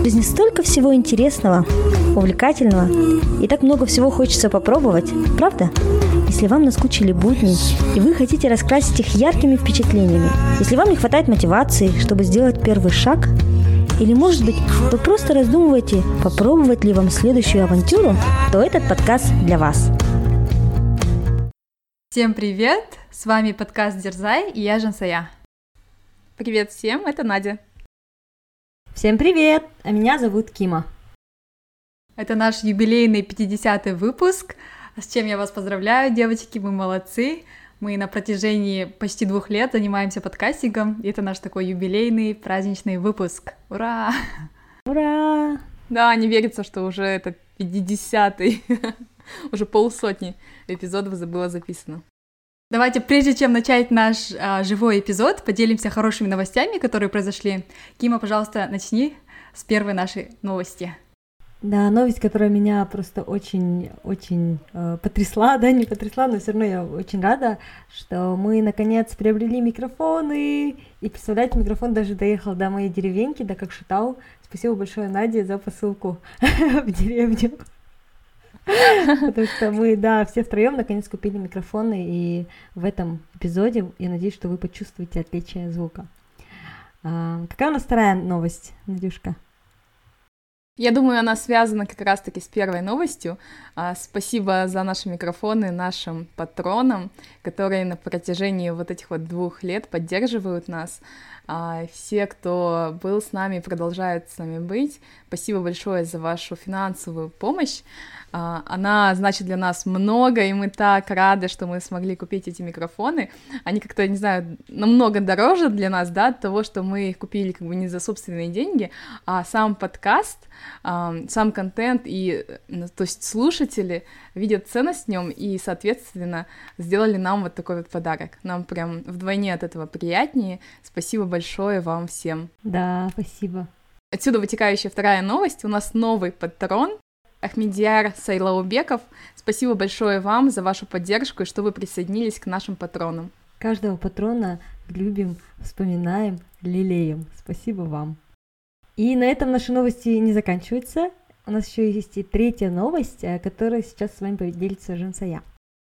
жизни столько всего интересного, увлекательного, и так много всего хочется попробовать, правда? Если вам наскучили будни, и вы хотите раскрасить их яркими впечатлениями, если вам не хватает мотивации, чтобы сделать первый шаг, или, может быть, вы просто раздумываете, попробовать ли вам следующую авантюру, то этот подкаст для вас. Всем привет! С вами подкаст «Дерзай» и я Жансая. Привет всем, это Надя. Всем привет! А меня зовут Кима. Это наш юбилейный 50-й выпуск, с чем я вас поздравляю, девочки, вы молодцы. Мы на протяжении почти 2 лет занимаемся подкастингом, и это наш такой юбилейный праздничный выпуск. Ура! Ура! Да, не верится, что уже это 50-й, уже 50 эпизодов было записано. Давайте, прежде чем начать наш живой эпизод, поделимся хорошими новостями, которые произошли. Кима, пожалуйста, начни с первой нашей новости. Да, новость, которая меня просто очень потрясла, да, не потрясла, но все равно я очень рада, что мы наконец приобрели микрофоны, и, представляете, микрофон даже доехал до моей деревеньки, до Кокшетау. Спасибо большое Наде за посылку в деревню. Потому что мы, да, все втроем наконец купили микрофоны, и в этом эпизоде я надеюсь, что вы почувствуете отличие звука. Какая у нас вторая новость, Надюшка? Я думаю, она связана как раз-таки с первой новостью. Спасибо за наши микрофоны нашим патронам, которые на протяжении вот этих вот 2 лет поддерживают нас. Все, кто был с нами, продолжают с нами быть. Спасибо большое за вашу финансовую помощь. Она значит для нас много, и мы так рады, что мы смогли купить эти микрофоны. Они как-то, не знаю, намного дороже для нас, да, от того, что мы их купили как бы не за собственные деньги, а сам подкаст, сам контент и, то есть, слушатели видят ценность в нем и, соответственно, сделали нам вот такой вот подарок. Нам прям вдвойне от этого приятнее. Спасибо большое вам всем. Да, спасибо. Отсюда вытекающая вторая новость. У нас новый патрон. Ахмедияр Сайлаубеков, спасибо большое вам за вашу поддержку и что вы присоединились к нашим патронам. Каждого патрона любим, вспоминаем, лелеем. Спасибо вам. И на этом наши новости не заканчиваются. У нас еще есть и третья новость, которой сейчас с вами поделится Жансая.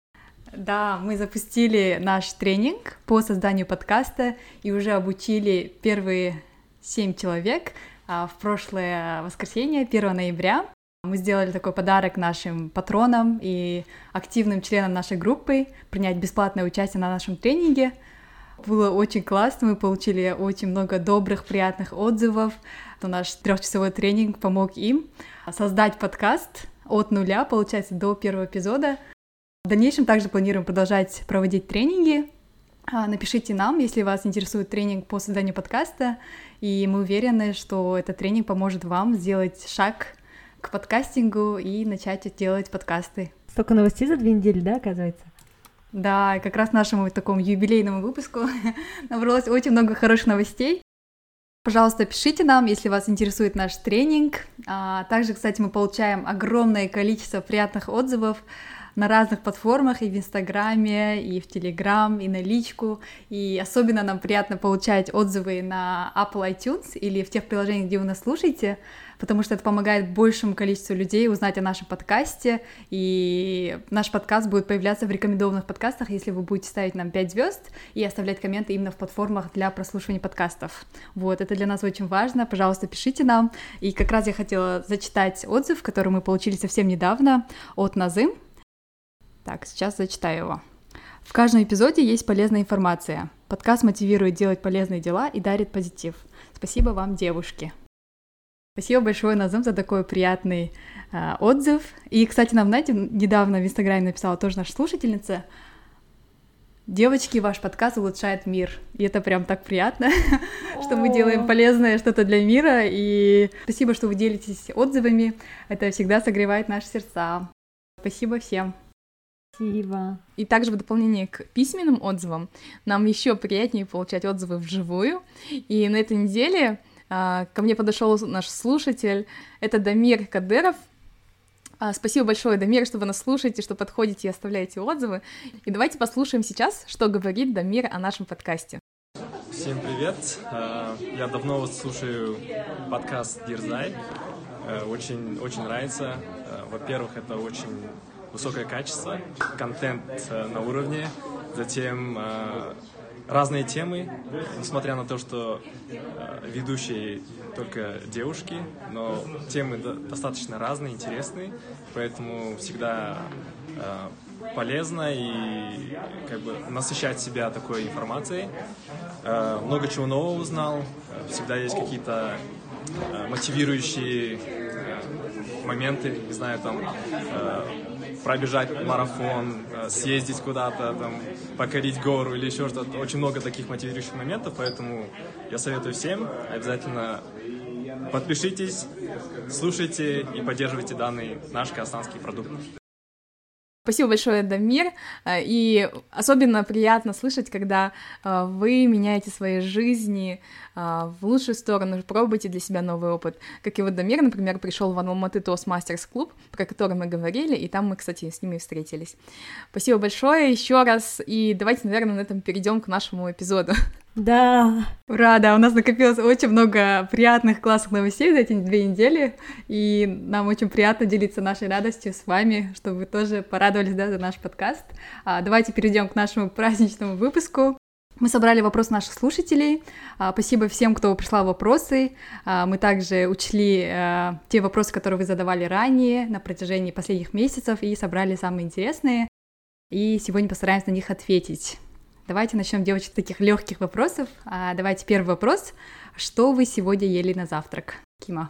Да, мы запустили наш тренинг по созданию подкаста и уже обучили первые 7 человек в прошлое воскресенье, 1 ноября. Мы сделали такой подарок нашим патронам и активным членам нашей группы принять бесплатное участие на нашем тренинге. Было очень классно, мы получили очень много добрых, приятных отзывов. Наш 3-часовой тренинг помог им создать подкаст от нуля, получается, до первого эпизода. В дальнейшем также планируем продолжать проводить тренинги. Напишите нам, если вас интересует тренинг по созданию подкаста, и мы уверены, что этот тренинг поможет вам сделать шаг к подкастингу и начать делать подкасты. Столько новостей за 2 недели, да, оказывается? Да, как раз нашему такому юбилейному выпуску набралось очень много хороших новостей. Пожалуйста, пишите нам, если вас интересует наш тренинг. Также, кстати, мы получаем огромное количество приятных отзывов на разных платформах, и в Инстаграме, и в Телеграм, и на личку. И особенно нам приятно получать отзывы на Apple iTunes или в тех приложениях, где вы нас слушаете, потому что это помогает большему количеству людей узнать о нашем подкасте, и наш подкаст будет появляться в рекомендованных подкастах, если вы будете ставить нам 5 звезд и оставлять комменты именно в платформах для прослушивания подкастов. Вот, это для нас очень важно, пожалуйста, пишите нам. И как раз я хотела зачитать отзыв, который мы получили совсем недавно от Назым. Так, сейчас зачитаю его. В каждом эпизоде есть полезная информация. Подкаст мотивирует делать полезные дела и дарит позитив. Спасибо вам, девушки. Спасибо большое, Назым, за такой приятный отзыв. И, кстати, нам, знаете, недавно в Инстаграме написала тоже наша слушательница: девочки, ваш подкаст улучшает мир. И это прям так приятно, что мы делаем полезное что-то для мира. И спасибо, что вы делитесь отзывами. Это всегда согревает наши сердца. Спасибо всем. Спасибо. И также в дополнение к письменным отзывам нам еще приятнее получать отзывы вживую. И на этой неделе ко мне подошел наш слушатель, это Дамир Кадыров. Спасибо большое, Дамир, что вы нас слушаете, что подходите и оставляете отзывы. И давайте послушаем сейчас, что говорит Дамир о нашем подкасте. Всем привет! Я давно вот слушаю подкаст «Дерзай». Очень нравится. Во-первых, это очень высокое качество, контент на уровне, затем разные темы, несмотря на то, что ведущие только девушки, но темы достаточно разные, интересные, поэтому всегда полезно и как бы насыщать себя такой информацией. Много чего нового узнал, всегда есть какие-то мотивирующие моменты, не знаю, там пробежать марафон, съездить куда-то, там, покорить гору или еще что-то. Очень много таких мотивирующих моментов, поэтому я советую всем обязательно подпишитесь, слушайте и поддерживайте данный наш казахстанский продукт. Спасибо большое, Дамир, и особенно приятно слышать, когда вы меняете свои жизни в лучшую сторону, пробуете для себя новый опыт. Как и вот Дамир, например, пришел в Алматы Toastmasters клуб, про который мы говорили, и там мы, кстати, с ними встретились. Спасибо большое еще раз, и давайте, наверное, на этом перейдем к нашему эпизоду. Да. Ура, да, у нас накопилось очень много приятных, классных новостей за эти 2 недели, и нам очень приятно делиться нашей радостью с вами, чтобы вы тоже порадовались, да, за наш подкаст. Давайте перейдем к нашему праздничному выпуску. Мы собрали вопросы наших слушателей. Спасибо всем, кто прислал вопросы. Мы также учли те вопросы, которые вы задавали ранее на протяжении последних месяцев, и собрали самые интересные. И сегодня постараемся на них ответить. Давайте начнем, девочки, с таких легких вопросов. Давайте первый вопрос. Что вы сегодня ели на завтрак, Кима?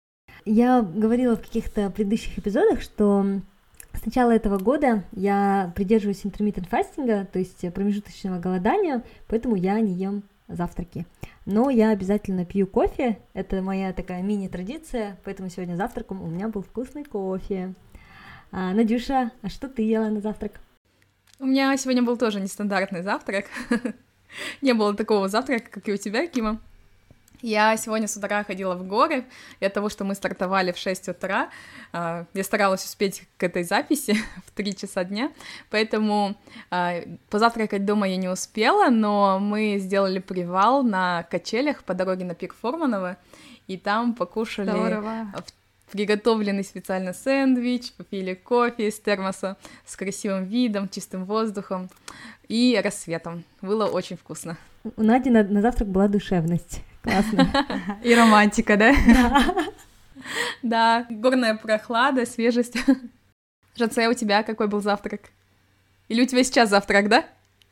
Я говорила в каких-то предыдущих эпизодах, что с начала этого года я придерживаюсь intermittent fasting, то есть промежуточного голодания, поэтому я не ем завтраки. Но я обязательно пью кофе, это моя такая мини-традиция, поэтому сегодня завтраком у меня был вкусный кофе. Надюша, а что ты ела на завтрак? У меня сегодня был тоже нестандартный завтрак. Не было такого завтрака, как и у тебя, Кима. Я сегодня с утра ходила в горы, и от того, что мы стартовали в 6 утра, я старалась успеть к этой записи в 3 часа дня, поэтому позавтракать дома я не успела, но мы сделали привал на качелях по дороге на пик Фурманова, и там покушали приготовленный специально сэндвич, попили кофе из термоса с красивым видом, чистым воздухом и рассветом. Было очень вкусно. У Нади на завтрак была душевность. Классно. И романтика, да? Да, горная прохлада, свежесть. Жанце, у тебя какой был завтрак? Или у тебя сейчас завтрак, да?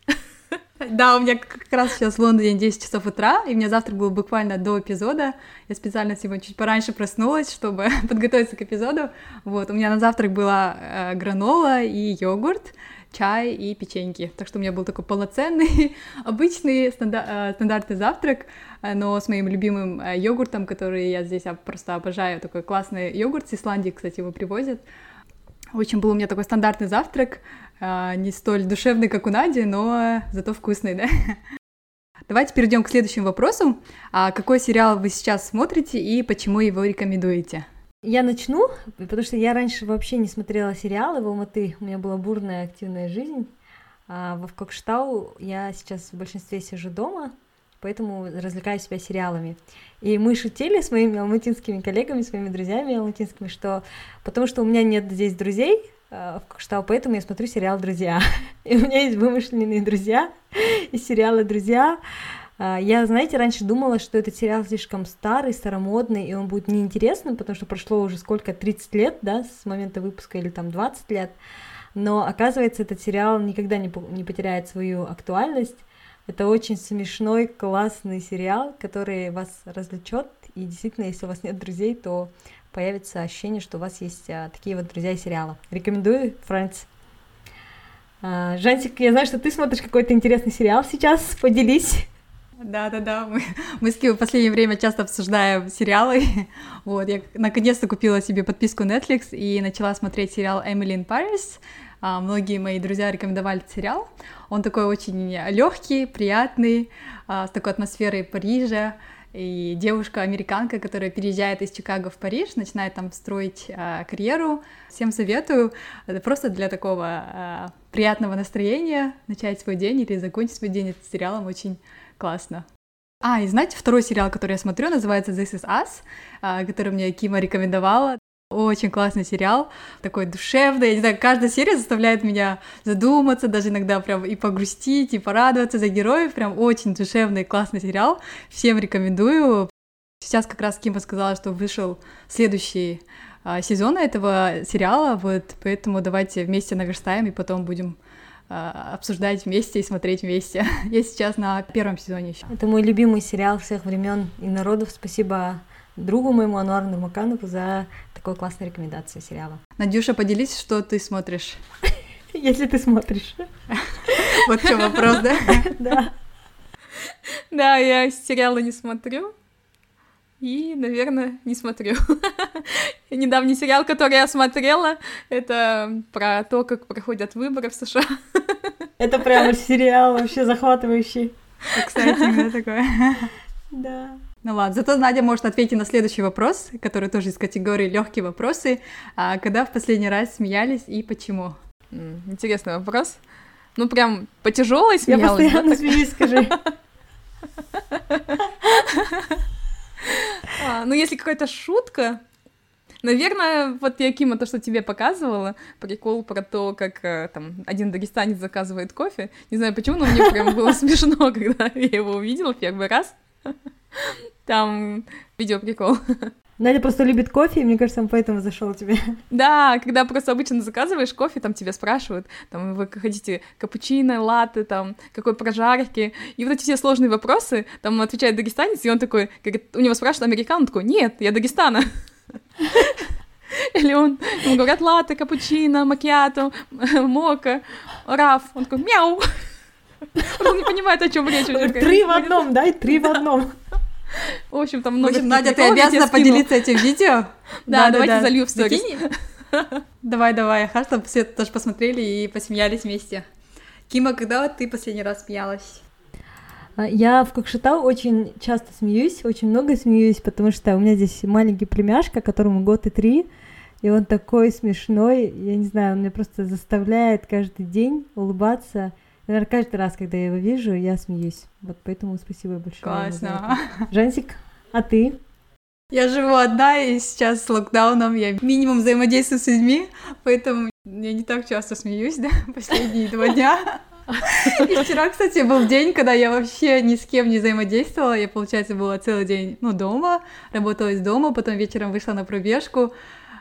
Да, у меня как раз сейчас в Лондоне 10 часов утра, и у меня завтрак был буквально до эпизода. Я специально сегодня чуть пораньше проснулась, чтобы подготовиться к эпизоду. Вот, у меня на завтрак была гранола и йогурт, чай и печеньки. Так что у меня был такой полноценный, обычный, стандартный завтрак, но с моим любимым йогуртом, который я здесь просто обожаю. Такой классный йогурт с Исландии, кстати, его привозят. Очень был у меня такой стандартный завтрак, не столь душевный, как у Нади, но зато вкусный, да? Давайте перейдем к следующему вопросу. Какой сериал вы сейчас смотрите и почему его рекомендуете? Я начну, потому что я раньше вообще не смотрела сериалы в Алматы, у меня была бурная активная жизнь, а в Кокштау я сейчас в большинстве сижу дома, поэтому развлекаю себя сериалами. И мы шутили с моими алматинскими коллегами, с моими друзьями алматинскими, что потому что у меня нет здесь друзей в Кокштау, поэтому я смотрю сериал «Друзья». И у меня есть вымышленные друзья из сериала «Друзья». Я, знаете, раньше думала, что этот сериал слишком старый, старомодный, и он будет неинтересным, потому что прошло уже сколько, 30 лет, да, с момента выпуска, или там 20 лет. Но, оказывается, этот сериал никогда не потеряет свою актуальность. Это очень смешной, классный сериал, который вас развлечет. И действительно, если у вас нет друзей, то появится ощущение, что у вас есть такие вот друзья из сериала. Рекомендую Friends. Жансик, я знаю, что ты смотришь какой-то интересный сериал сейчас. Поделись. Да, мы с Кио в последнее время часто обсуждаем сериалы. Вот, я наконец-то купила себе подписку Netflix и начала смотреть сериал «Emily in Paris». Многие мои друзья рекомендовали этот сериал. Он такой очень легкий, приятный, с такой атмосферой Парижа. И девушка-американка, которая переезжает из Чикаго в Париж, начинает там строить карьеру. Всем советую. Это просто для такого приятного настроения начать свой день или закончить свой день этим сериалом очень классно. И знаете, второй сериал, который я смотрю, называется This Is Us, который мне Кима рекомендовала. Очень классный сериал, такой душевный. Я не знаю, каждая серия заставляет меня задуматься, даже иногда прям и погрустить, и порадоваться за героев. Прям очень душевный, классный сериал. Всем рекомендую. Сейчас как раз Кима сказала, что вышел следующий сезон этого сериала, вот, поэтому давайте вместе наверстаем и потом будем обсуждать вместе и смотреть вместе. Я сейчас на первом сезоне еще. Это мой любимый сериал всех времен и народов. Спасибо другу моему Ануару Нурмаканову за такой классной рекомендацией сериала. Надюша, поделись, что ты смотришь. Если ты смотришь. Вот в чем вопрос, да? Да. Да, я сериалы не смотрю. И, наверное, не смотрю. Недавний сериал, который я смотрела, это про то, как проходят выборы в США. Это прямо сериал вообще захватывающий. Кстати, да, такое. Да. Ну ладно, зато Надя может ответить на следующий вопрос, который тоже из категории легкие вопросы. Когда в последний раз смеялись и почему? Интересный вопрос. Ну, прям по тяжелой смеялась. Я постоянно смеюсь, скажи. Ну, если какая-то шутка, наверное, вот я, Кима, то, что тебе показывала, прикол про то, как там один дагестанец заказывает кофе. Не знаю почему, но мне прям было смешно, когда я его увидела первый раз. Там видеоприкол. Надя просто любит кофе, и мне кажется, он поэтому зашел тебе. Да, когда просто обычно заказываешь кофе, там тебя спрашивают, там, вы хотите капучино, латте, там, какой прожарки, и вот эти все сложные вопросы, там отвечает дагестанец, и он такой, говорит, у него спрашивают американ, он такой, нет, я Дагестана. Или ему говорят латте, капучино, макиато, мока, раф, он такой, мяу. Он не понимает, о чем речь. 3 в одном, дай 3 в одном. В общем, там много... Надя, ты обязана поделиться этим видео? Да, давайте залью в сторис. Давай, хорошо, чтобы все тоже посмотрели и посмеялись вместе. Кима, когда вот ты последний раз смеялась? Я в Кокшетау очень часто смеюсь, очень много смеюсь, потому что у меня здесь маленький племяшка, которому 1 год и 3, и он такой смешной, я не знаю, он меня просто заставляет каждый день улыбаться. Наверное, каждый раз, когда я его вижу, я смеюсь. Вот поэтому спасибо большое. Классно. Жансик, а ты? Я живу одна, и сейчас с локдауном я минимум взаимодействую с людьми, поэтому я не так часто смеюсь, да, последние 2 дня. И вчера, кстати, был день, когда я вообще ни с кем не взаимодействовала. Я, получается, была целый день, дома, работала из дома, потом вечером вышла на пробежку.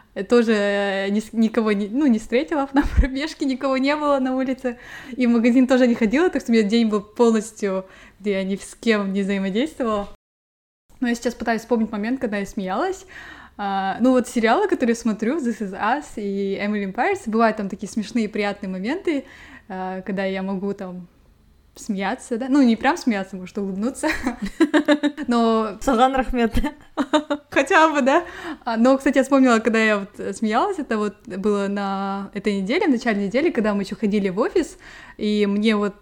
Тоже никого не встретила на пробежке, никого не было на улице, и в магазин тоже не ходила, так что у меня день был полностью, где я ни с кем не взаимодействовала. Но я сейчас пытаюсь вспомнить момент, когда я смеялась. Вот сериалы, которые смотрю, This Is Us и Emily in Paris, бывают там такие смешные, приятные моменты, когда я могу там смеяться, да? Не прям смеяться, может, улыбнуться. Но... Саган Рахмет. Хотя бы, да? Но, кстати, я вспомнила, когда я вот смеялась, это вот было на этой неделе, в начале недели, когда мы еще ходили в офис, и мне вот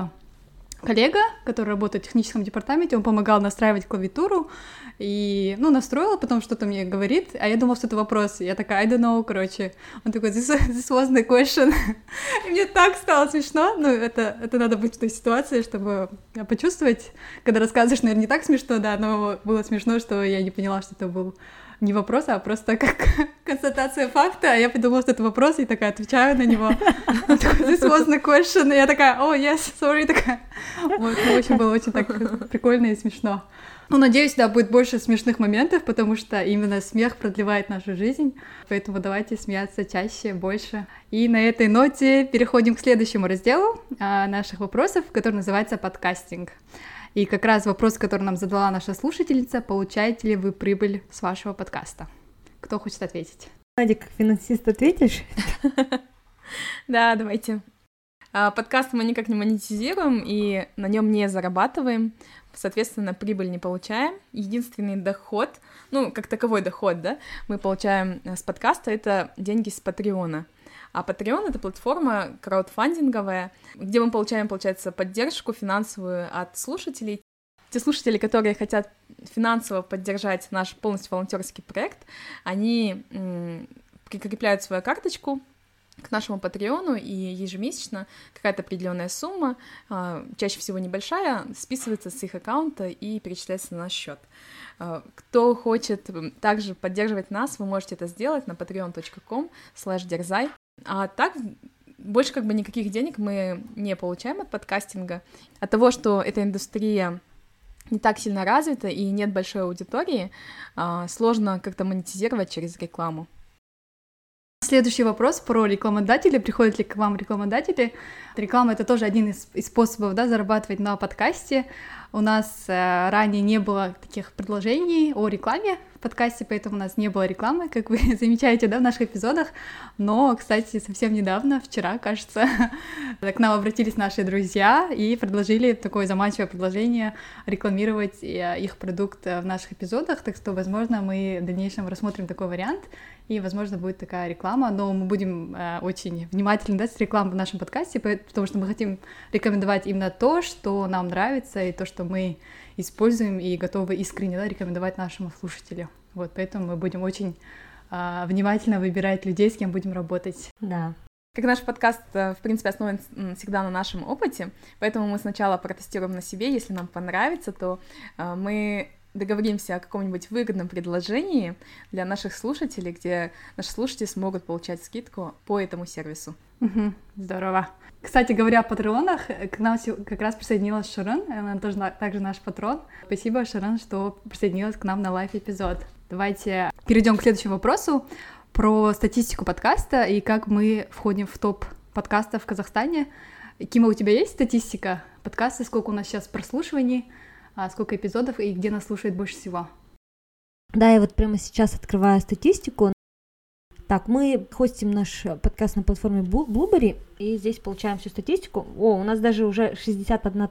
коллега, который работает в техническом департаменте, он помогал настраивать клавиатуру, и, настроил, потом что-то мне говорит, а я думала, что это вопрос, я такая, I don't know, короче, он такой, this wasn't a question, и мне так стало смешно, это надо быть в той ситуации, чтобы почувствовать, когда рассказываешь, наверное, не так смешно, да, но было смешно, что я не поняла, что это был не вопрос, а просто как констатация факта, а я подумала, что это вопрос, и такая отвечаю на него. Он такой, this wasn't a question, и я такая, yes, sorry, такая. Вот, в общем, было очень так прикольно и смешно. Надеюсь, да, будет больше смешных моментов, потому что именно смех продлевает нашу жизнь, поэтому давайте смеяться чаще, больше. И на этой ноте переходим к следующему разделу наших вопросов, который называется подкастинг. И как раз вопрос, который нам задала наша слушательница, получаете ли вы прибыль с вашего подкаста? Кто хочет ответить? Надя, как финансист, ответишь? Да, давайте. Подкаст мы никак не монетизируем и на нем не зарабатываем, соответственно, прибыль не получаем. Единственный доход, как таковой доход, да, мы получаем с подкаста, это деньги с Патреона. А Patreon — это платформа краудфандинговая, где мы получаем, получается, поддержку финансовую от слушателей. Те слушатели, которые хотят финансово поддержать наш полностью волонтерский проект, они прикрепляют свою карточку к нашему Патреону, и ежемесячно какая-то определенная сумма, чаще всего небольшая, списывается с их аккаунта и перечисляется на наш счет. Кто хочет также поддерживать нас, вы можете это сделать на patreon.com/дерзай. А так, больше как бы никаких денег мы не получаем от подкастинга. От того, что эта индустрия не так сильно развита и нет большой аудитории, сложно как-то монетизировать через рекламу. Следующий вопрос про рекламодателей. Приходят ли к вам рекламодатели? Реклама — это тоже один из способов, да, зарабатывать на подкасте. У нас ранее не было таких предложений о рекламе в подкасте, поэтому у нас не было рекламы, как вы замечаете, да, в наших эпизодах. Но, кстати, совсем недавно, вчера, кажется, к нам обратились наши друзья и предложили такое заманчивое предложение рекламировать их продукт в наших эпизодах. Так что, возможно, мы в дальнейшем рассмотрим такой вариант, и, возможно, будет такая реклама, но мы будем очень внимательны, да, с рекламой в нашем подкасте, потому что мы хотим рекомендовать именно то, что нам нравится, и то, что мы используем и готовы искренне, да, рекомендовать нашему слушателю. Вот, поэтому мы будем очень внимательно выбирать людей, с кем будем работать. Да. Как наш подкаст, в принципе, основан всегда на нашем опыте, поэтому мы сначала протестируем на себе, если нам понравится, то мы договоримся о каком-нибудь выгодном предложении для наших слушателей, где наши слушатели смогут получать скидку по этому сервису. Здорово. Кстати говоря, о патреонах, к нам как раз присоединилась Шарон, она тоже также наш патрон. Спасибо, Шарон, что присоединилась к нам на лайв-эпизод. Давайте перейдем к следующему вопросу про статистику подкаста и как мы входим в топ подкастов в Казахстане. Кима, у тебя есть статистика подкаста, сколько у нас сейчас прослушиваний, сколько эпизодов и где нас слушает больше всего? Да, я вот прямо сейчас открываю статистику. Так, мы хостим наш подкаст на платформе Blubrry, и здесь получаем всю статистику. У нас даже уже 61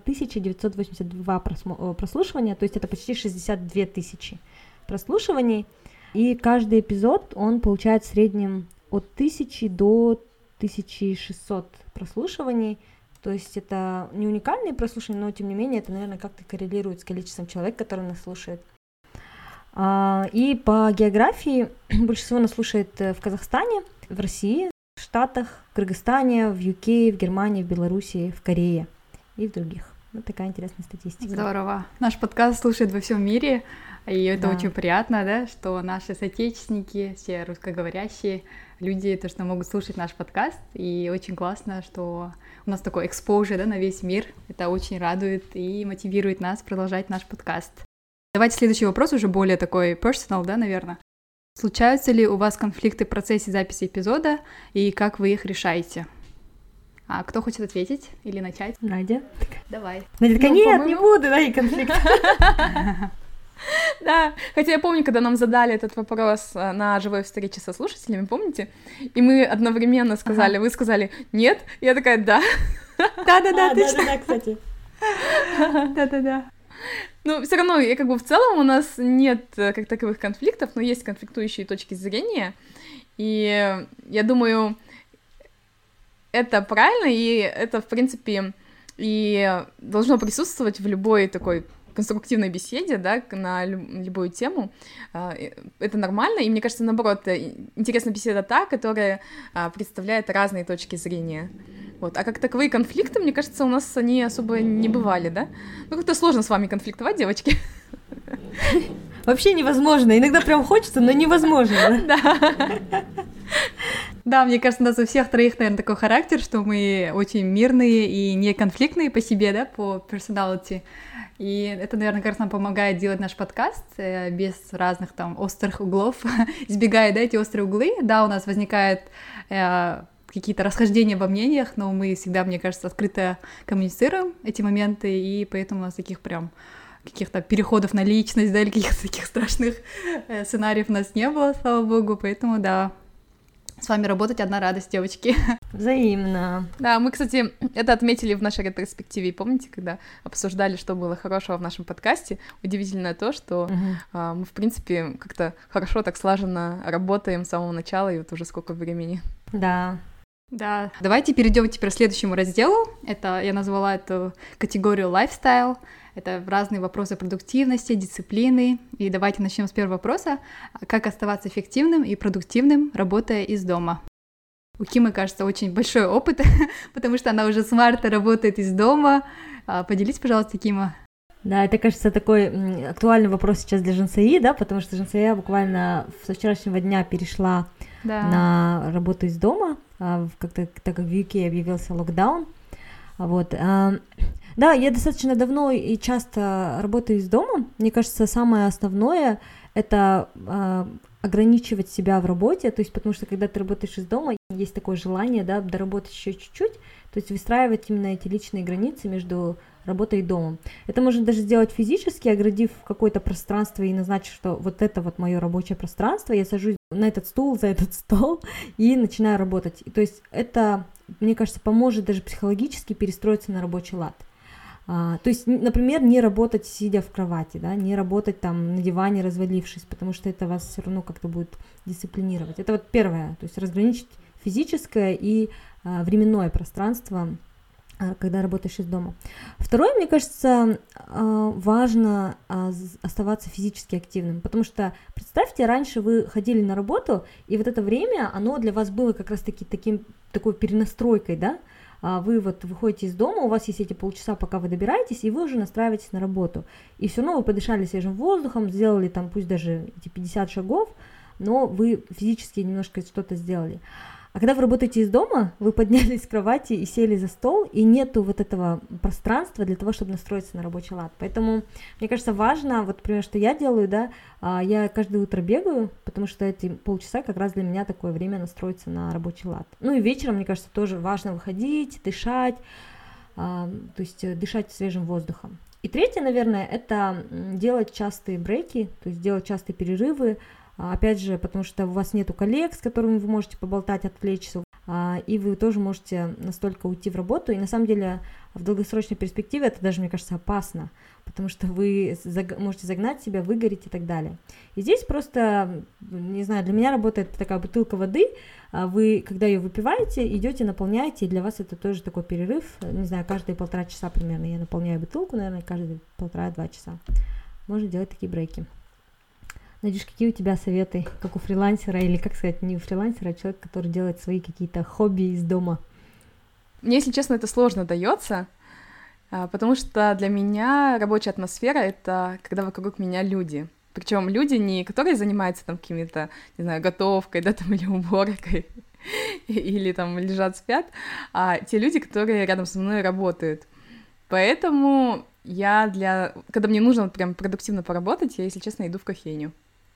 982 прослушивания, то есть это почти 62 тысячи прослушиваний. И каждый эпизод, он получает в среднем от 1000 до 1600 прослушиваний. То есть это не уникальные прослушивания, но тем не менее это, наверное, как-то коррелирует с количеством человек, которые нас слушают. И по географии больше всего нас слушает в Казахстане, в России, в Штатах, в Кыргызстане, в UK, в Германии, в Белоруссии, в Корее и в других. Вот такая интересная статистика. Здорово. Наш подкаст слушают во всем мире, и это очень приятно, да, что наши соотечественники, все русскоговорящие люди, то, что могут слушать наш подкаст, и очень классно, что у нас такой exposure, да, на весь мир. Это очень радует и мотивирует нас продолжать наш подкаст. Давайте следующий вопрос, уже более такой personal, да, наверное. Случаются ли у вас конфликты в процессе записи эпизода, и как вы их решаете? Кто хочет ответить или начать? Надя. Давай. Надя такая, нет, не буду, да, и конфликт. Да, хотя я помню, когда нам задали этот вопрос на живой встрече со слушателями, помните? И мы одновременно сказали, вы сказали «нет», я такая «да». Да-да-да, точно. Да, кстати. Да-да-да. Ну, все равно, и как бы в целом у нас нет как таковых конфликтов, но есть конфликтующие точки зрения, и я думаю, это правильно, и это, в принципе, и должно присутствовать в любой такой конструктивной беседе, да, на любую тему. Это нормально, и мне кажется, наоборот, интересная беседа та, которая представляет разные точки зрения. Вот. А как таковые конфликты, мне кажется, у нас они особо не бывали, да? Ну, как-то сложно с вами конфликтовать, девочки. Вообще невозможно. Иногда прям хочется, но невозможно. Да. Да, мне кажется, у нас у всех троих, наверное, такой характер, что мы очень мирные и не конфликтные по себе, да, по personality. И это, наверное, как раз нам помогает делать наш подкаст без разных там острых углов, избегая, да, эти острые углы. Да, у нас возникают какие-то расхождения во мнениях, но мы всегда, мне кажется, открыто коммуницируем эти моменты, и поэтому у нас таких прям каких-то переходов на личность, да, или каких-то таких страшных сценариев у нас не было, слава богу, поэтому, да, с вами работать одна радость, девочки. Взаимно. Да, мы, кстати, это отметили в нашей ретроспективе, помните, когда обсуждали, что было хорошего в нашем подкасте? Удивительно то, что мы, в принципе, как-то хорошо так слаженно работаем с самого начала, и вот уже сколько времени. Да. Да, давайте перейдем теперь к следующему разделу. Это я назвала эту категорию lifestyle. Это разные вопросы продуктивности, дисциплины. И давайте начнем с первого вопроса. Как оставаться эффективным и продуктивным, работая из дома? У Кимы, кажется, очень большой опыт, потому что она уже с марта работает из дома. Поделись, пожалуйста, Кима. Да, это, кажется, такой актуальный вопрос сейчас для Жансаи, да, потому что Жансаи буквально со вчерашнего дня перешла на работу из дома, так как в UK объявился локдаун. Вот. Да, я достаточно давно и часто работаю из дома. Мне кажется, самое основное — это ограничивать себя в работе, то есть потому что когда ты работаешь из дома, есть такое желание, да, доработать еще чуть-чуть, то есть выстраивать именно эти личные границы между работой и домом. Это можно даже сделать физически, оградив какое-то пространство и назначив, что вот это вот мое рабочее пространство, я сажусь на этот стул, за этот стол и начинаю работать. И, то есть это, мне кажется, поможет даже психологически перестроиться на рабочий лад. То есть, например, не работать сидя в кровати, да, не работать там на диване развалившись, потому что это вас все равно как-то будет дисциплинировать. Это вот первое, то есть разграничить физическое и временное пространство, когда работаешь из дома. Второе, мне кажется, важно оставаться физически активным, потому что, представьте, раньше вы ходили на работу, и вот это время, оно для вас было как раз-таки такой перенастройкой, да. Вы вот выходите из дома, у вас есть эти полчаса, пока вы добираетесь, и вы уже настраиваетесь на работу. И все равно вы подышали свежим воздухом, сделали там пусть даже эти 50 шагов, но вы физически немножко что-то сделали. А когда вы работаете из дома, вы поднялись с кровати и сели за стол, и нету вот этого пространства для того, чтобы настроиться на рабочий лад. Поэтому, мне кажется, важно, вот, например, что я делаю, да, я каждое утро бегаю, потому что эти полчаса как раз для меня такое время настроиться на рабочий лад. Ну и вечером, мне кажется, тоже важно выходить, дышать, то есть дышать свежим воздухом. И третье, наверное, это делать частые брейки, то есть делать частые перерывы, опять же, потому что у вас нету коллег, с которыми вы можете поболтать, отвлечься, и вы тоже можете настолько уйти в работу, и на самом деле в долгосрочной перспективе это даже, мне кажется, опасно, потому что вы можете загнать себя, выгореть и так далее. И здесь просто, не знаю, для меня работает такая бутылка воды, вы, когда ее выпиваете, идете, наполняете, и для вас это тоже такой перерыв, не знаю, каждые 1,5 часа примерно я наполняю бутылку, наверное, каждые 1,5-2 часа. Можно делать такие брейки. Надюш, какие у тебя советы, как у фрилансера, или, как сказать, не у фрилансера, а человек, который делает свои какие-то хобби из дома? Мне, если честно, это сложно дается, потому что для меня рабочая атмосфера — это когда вокруг меня люди. Причем люди, не которые занимаются там какими-то, не знаю, готовкой, да, там, или уборкой, или там лежат, спят, а те люди, которые рядом со мной работают. Поэтому когда мне нужно прям продуктивно поработать, я, если честно, иду в кофейню.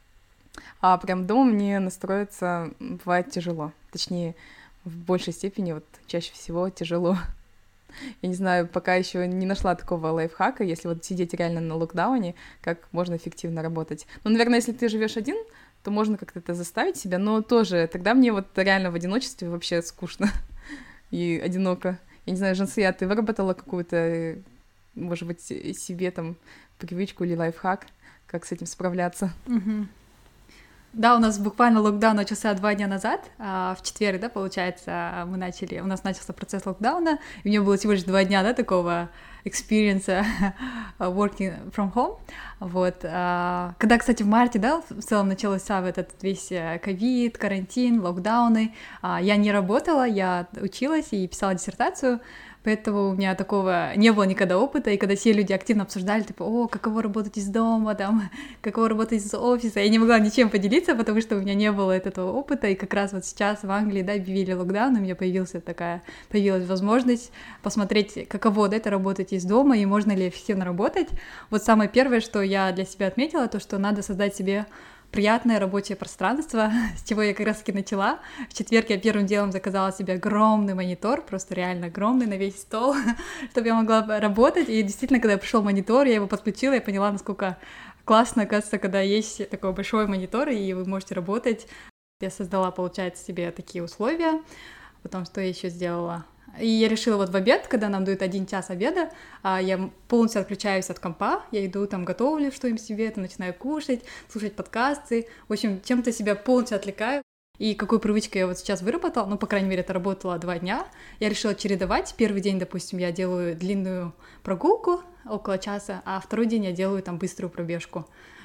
А прям дома мне настроиться бывает тяжело. Точнее, в большей степени, вот чаще всего тяжело. Я не знаю, пока еще не нашла такого лайфхака, если вот сидеть реально на локдауне, как можно эффективно работать. Ну, наверное, если ты живешь один, то можно как-то это заставить себя, но тоже тогда мне вот реально в одиночестве вообще скучно и одиноко. Я не знаю, Жансия, ты выработала какую-то, может быть, себе там привычку или лайфхак, как с этим справляться? Mm-hmm. Да, у нас буквально локдаун начался 2 дня назад, в четверг, да, получается, у нас начался процесс локдауна, и у меня было всего лишь 2 дня, да, такого экспириенса working from home, вот, когда, кстати, в марте, да, в целом начался этот весь ковид, карантин, локдауны, я не работала, я училась и писала диссертацию, поэтому у меня такого не было никогда опыта, и когда все люди активно обсуждали, типа, каково работать из дома, там, каково работать из офиса, я не могла ничем поделиться, потому что у меня не было этого опыта, и как раз вот сейчас в Англии, да, объявили локдаун, у меня появилась возможность посмотреть, каково, да, это работать из дома, и можно ли эффективно работать. Вот самое первое, что я для себя отметила, то, что надо создать себе приятное рабочее пространство, с чего я как раз-таки начала. В четверг я первым делом заказала себе огромный монитор, просто реально огромный, на весь стол, чтобы я могла работать. И действительно, когда пришел монитор, я его подключила, я поняла, насколько классно, оказывается, когда есть такой большой монитор, и вы можете работать. Я создала, получается, себе такие условия. Потом что я еще сделала? И я решила вот в обед, когда нам дают 1 час обеда, я полностью отключаюсь от компа, я иду там готовлю что-нибудь себе, там начинаю кушать, слушать подкасты, в общем, чем-то себя полностью отвлекаю. И какую привычку я вот сейчас выработала, ну, по крайней мере, это работало 2 дня, я решила чередовать. Первый день, допустим, я делаю длинную прогулку около часа, а второй день я делаю там быструю пробежку.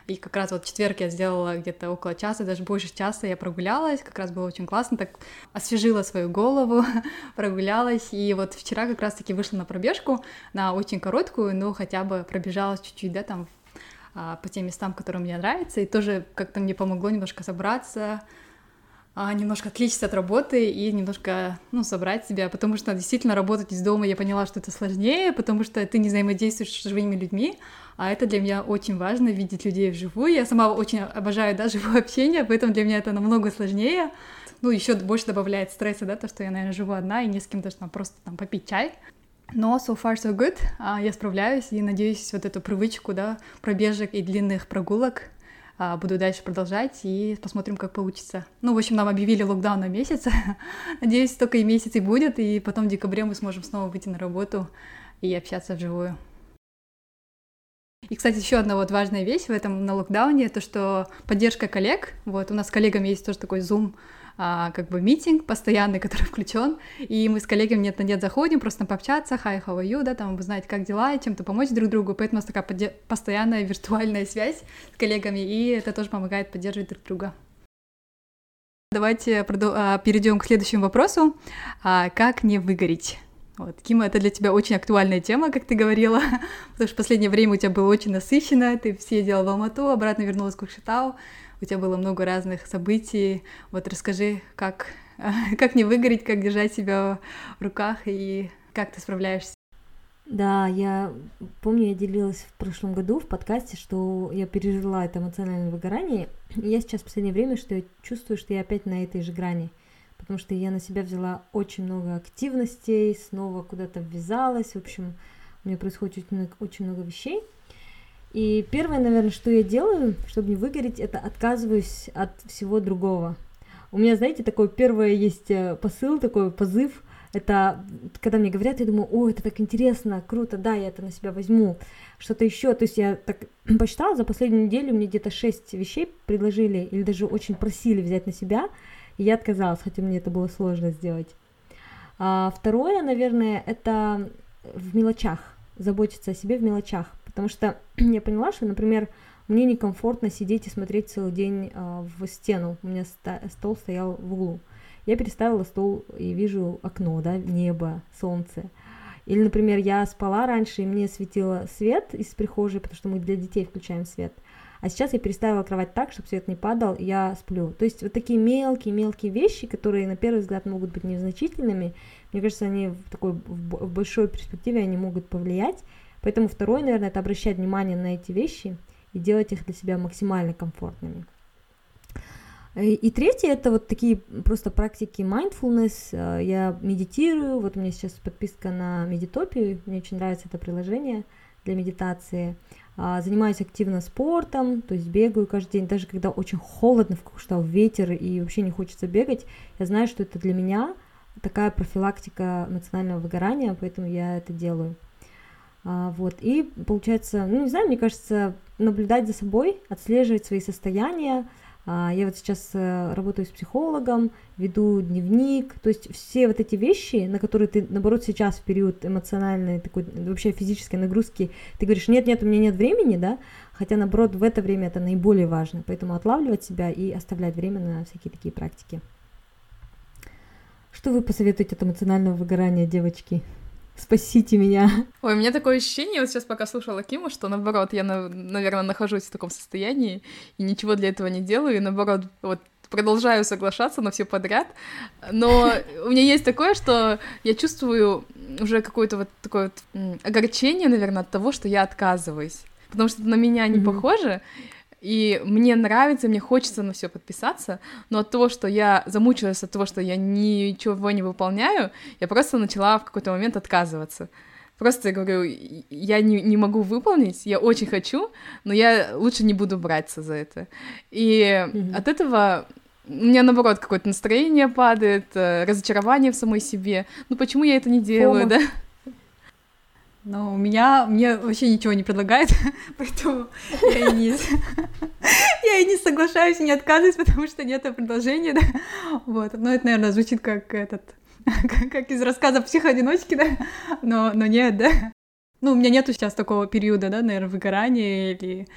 И как раз вот в четверг я сделала где-то около часа, даже больше часа я прогулялась, как раз было очень классно, так освежила свою голову, прогулялась, и вот вчера как раз-таки вышла на пробежку, на очень короткую, но хотя бы пробежалась чуть-чуть, да, там, по тем местам, которые мне нравятся, и тоже как-то мне помогло немножко собраться, немножко отвлечься от работы и немножко, собрать себя, потому что действительно работать из дома я поняла, что это сложнее, потому что ты не взаимодействуешь с живыми людьми, а это для меня очень важно, видеть людей вживую. Я сама очень обожаю, да, живое общение, поэтому для меня это намного сложнее. Еще больше добавляет стресса, да, то, что я, наверное, живу одна и не с кем даже там просто там попить чай. Но so far so good, я справляюсь и надеюсь, вот эту привычку, да, пробежек и длинных прогулок буду дальше продолжать и посмотрим, как получится. В общем, нам объявили локдаун на месяц. Надеюсь, только и месяц и будет, и потом в декабре мы сможем снова выйти на работу и общаться вживую. И, кстати, еще одна вот важная вещь в этом на локдауне, то, что поддержка коллег. Вот у нас с коллегами есть тоже такой Zoom, митинг постоянный, который включен, и мы с коллегами нет на нет заходим, просто пообщаться, hi, how are you, да, там узнать, как дела, и чем-то помочь друг другу, поэтому у нас такая постоянная виртуальная связь с коллегами, и это тоже помогает поддерживать друг друга. Давайте перейдем к следующему вопросу. Как не выгореть? Вот, Кима, это для тебя очень актуальная тема, как ты говорила, потому что в последнее время у тебя было очень насыщенно, ты съездила в Алмату, обратно вернулась в Кокшетау, у тебя было много разных событий. Вот расскажи, как не выгореть, как держать себя в руках и как ты справляешься? Да, я помню, я делилась в прошлом году в подкасте, что я пережила это эмоциональное выгорание, и я сейчас в последнее время я чувствую, что я опять на этой же грани, потому что я на себя взяла очень много активностей, снова куда-то ввязалась, в общем, у меня происходит очень много вещей. И первое, наверное, что я делаю, чтобы не выгореть, это отказываюсь от всего другого. У меня, знаете, такой первый есть посыл, такой позыв. Это когда мне говорят, я думаю, это так интересно, круто, да, я это на себя возьму. Что-то еще. То есть я так посчитала, за последнюю неделю мне где-то 6 вещей предложили или даже очень просили взять на себя, и я отказалась, хотя мне это было сложно сделать. Второе, наверное, это в мелочах, заботиться о себе в мелочах. Потому что я поняла, что, например, мне некомфортно сидеть и смотреть целый день в стену. У меня стол стоял в углу. Я переставила стол и вижу окно, да, небо, солнце. Или, например, я спала раньше, и мне светило свет из прихожей, потому что мы для детей включаем свет. А сейчас я переставила кровать так, чтобы свет не падал, и я сплю. То есть вот такие мелкие вещи, которые на первый взгляд могут быть незначительными, мне кажется, они в большой перспективе они могут повлиять. Поэтому второе, наверное, это обращать внимание на эти вещи и делать их для себя максимально комфортными. И третье, это вот такие просто практики mindfulness. Я медитирую, вот у меня сейчас подписка на Медитопию, мне очень нравится это приложение для медитации. Занимаюсь активно спортом, то есть бегаю каждый день, даже когда очень холодно, в Кокшетау ветер и вообще не хочется бегать, я знаю, что это для меня такая профилактика эмоционального выгорания, поэтому я это делаю. Вот, и получается, не знаю, мне кажется, наблюдать за собой, отслеживать свои состояния. Я вот сейчас работаю с психологом, веду дневник, то есть все вот эти вещи, на которые ты, наоборот, сейчас в период эмоциональной, такой вообще физической нагрузки, ты говоришь, нет, у меня нет времени, да, хотя, наоборот, в это время это наиболее важно, поэтому отлавливать себя и оставлять время на всякие такие практики. Что вы посоветуете от эмоционального выгорания, девочки? Спасите меня. Ой, у меня такое ощущение, вот сейчас пока слушала Киму, что наоборот, я, наверное, нахожусь в таком состоянии и ничего для этого не делаю, и наоборот, вот продолжаю соглашаться на все подряд, но у меня есть такое, что я чувствую уже какое-то вот такое вот огорчение, наверное, от того, что я отказываюсь, потому что это на меня не похоже. И мне нравится, мне хочется на все подписаться, но от того, что я замучилась, от того, что я ничего не выполняю, я просто начала в какой-то момент отказываться. Просто я говорю, я не могу выполнить, я очень хочу, но я лучше не буду браться за это. И от этого у меня, наоборот, какое-то настроение падает, разочарование в самой себе. Почему я это не делаю, да? Но мне вообще ничего не предлагает, поэтому я и не соглашаюсь, и не отказываюсь, потому что нет предложения, да, вот, но это, наверное, звучит как как из рассказа «Психоодиночки», да, но нет, да, у меня нету сейчас такого периода, да, наверное, выгорания или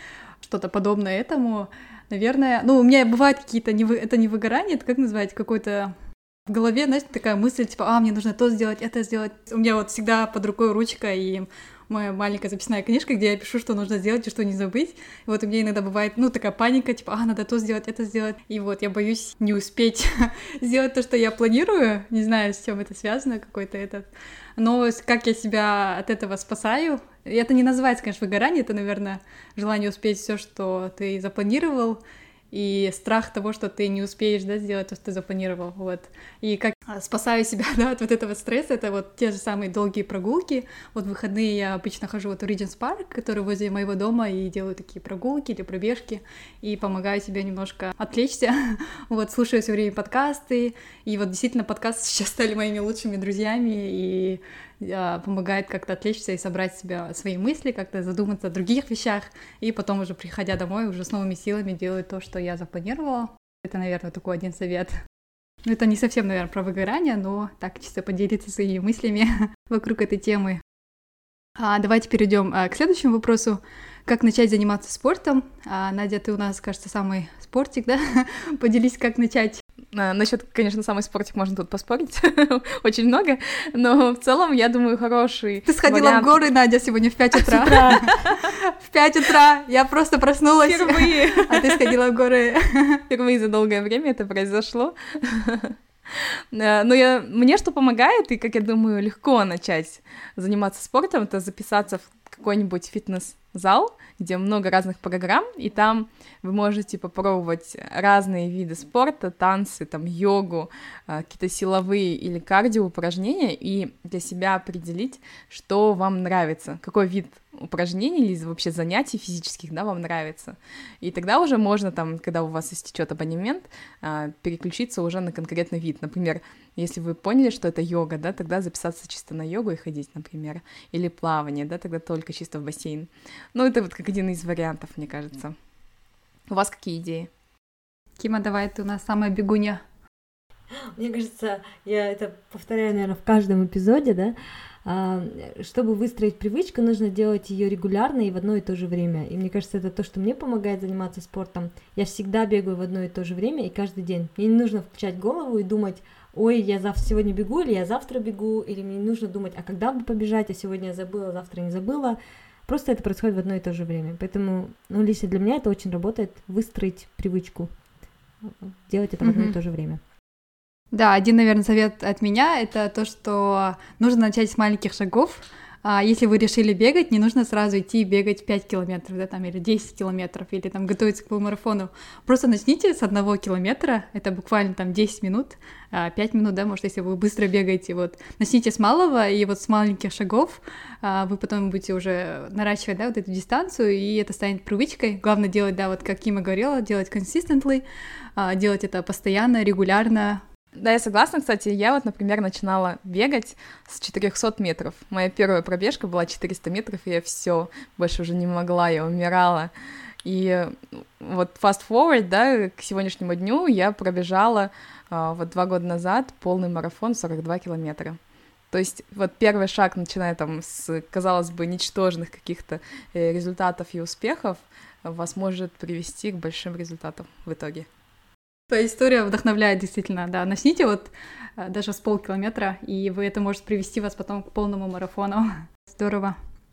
что-то подобное этому, наверное, ну, у меня бывают какие-то, это не выгорание, это как назвать, какой-то в голове, знаете, такая мысль, типа, мне нужно то сделать, это сделать. У меня вот всегда под рукой ручка и моя маленькая записная книжка, где я пишу, что нужно сделать и что не забыть. И вот у меня иногда бывает, такая паника, типа, надо то сделать, это сделать. И вот я боюсь не успеть сделать то, что я планирую. Не знаю, с чем это связано, какой-то этот. Но как я себя от этого спасаю? И это не называется, конечно, выгорание, это, наверное, желание успеть все, что ты запланировал, и страх того, что ты не успеешь, да, сделать то, что ты запланировал, вот. И как спасаю себя, да, от вот этого стресса, это вот те же самые долгие прогулки. Вот в выходные я обычно хожу вот в Regent's Park, который возле моего дома, и делаю такие прогулки или пробежки, и помогаю себе немножко отвлечься, вот, слушаю все время подкасты, и вот действительно подкасты сейчас стали моими лучшими друзьями, и помогает как-то отвлечься и собрать в себя свои мысли, как-то задуматься о других вещах, и потом уже, приходя домой, уже с новыми силами делаю то, что я запланировала. Это, наверное, такой один совет. Это не совсем, наверное, про выгорание, но так, чисто поделиться своими мыслями вокруг этой темы. Давайте перейдем к следующему вопросу. Как начать заниматься спортом? Надя, ты у нас, кажется, самый спортик, да? Поделись, как начать. Насчет, конечно, самый спортик можно тут поспорить, очень много, но в целом, я думаю, хороший Ты сходила вариант. в горы, Надя, сегодня в 5 утра. В 5 утра я просто проснулась. Впервые. А ты сходила в горы. Впервые за долгое время это произошло. Но мне что помогает, и, как я думаю, легко начать заниматься спортом, это записаться в какой-нибудь фитнес-зал, где много разных программ, и там вы можете попробовать разные виды спорта, танцы, там, йогу, какие-то силовые или кардио упражнения, и для себя определить, что вам нравится, какой вид упражнений или вообще занятий физических, да, вам нравится. И тогда уже можно, там, когда у вас истечет абонемент, переключиться уже на конкретный вид. Например, если вы поняли, что это йога, да, тогда записаться чисто на йогу и ходить, например, или плавание, да, тогда только чисто в бассейн. Ну, это вот как один из вариантов, мне кажется. У вас какие идеи? Кима, давай, ты у нас самая бегунья. Мне кажется, я это повторяю, наверное, в каждом эпизоде, да, чтобы выстроить привычку, нужно делать ее регулярно и в одно и то же время. И мне кажется, это то, что мне помогает заниматься спортом. Я всегда бегаю в одно и то же время и каждый день. Мне не нужно включать голову и думать, ой, я сегодня бегу, или я завтра бегу, или мне не нужно думать, а когда бы побежать, а сегодня я забыла, завтра не забыла. Просто это происходит в одно и то же время. Поэтому, лично для меня это очень работает, выстроить привычку, делать это в одно и то же время. Да, один, наверное, совет от меня — это то, что нужно начать с маленьких шагов. Если вы решили бегать, не нужно сразу идти бегать 5 километров, да, там, или 10 километров, или там готовиться к полумарафону. Просто начните с 1 километра, это буквально там 10 минут, 5 минут, да, может, если вы быстро бегаете, вот. Начните с малого, и вот с маленьких шагов вы потом будете уже наращивать, да, вот эту дистанцию, и это станет привычкой. Главное делать, да, вот как Кима говорила, делать consistently, делать это постоянно, регулярно. Да, я согласна, кстати, я вот, например, начинала бегать с 400 метров. Моя первая пробежка была 400 метров, и я все больше уже не могла, я умирала. И вот fast forward, да, к сегодняшнему дню я пробежала вот 2 года назад полный марафон 42 километра. То есть вот первый шаг, начиная там с, казалось бы, ничтожных каких-то результатов и успехов, вас может привести к большим результатам в итоге. Твоя история вдохновляет действительно, да. Начните вот даже с полкилометра, и это может привести вас потом к полному марафону. Здорово.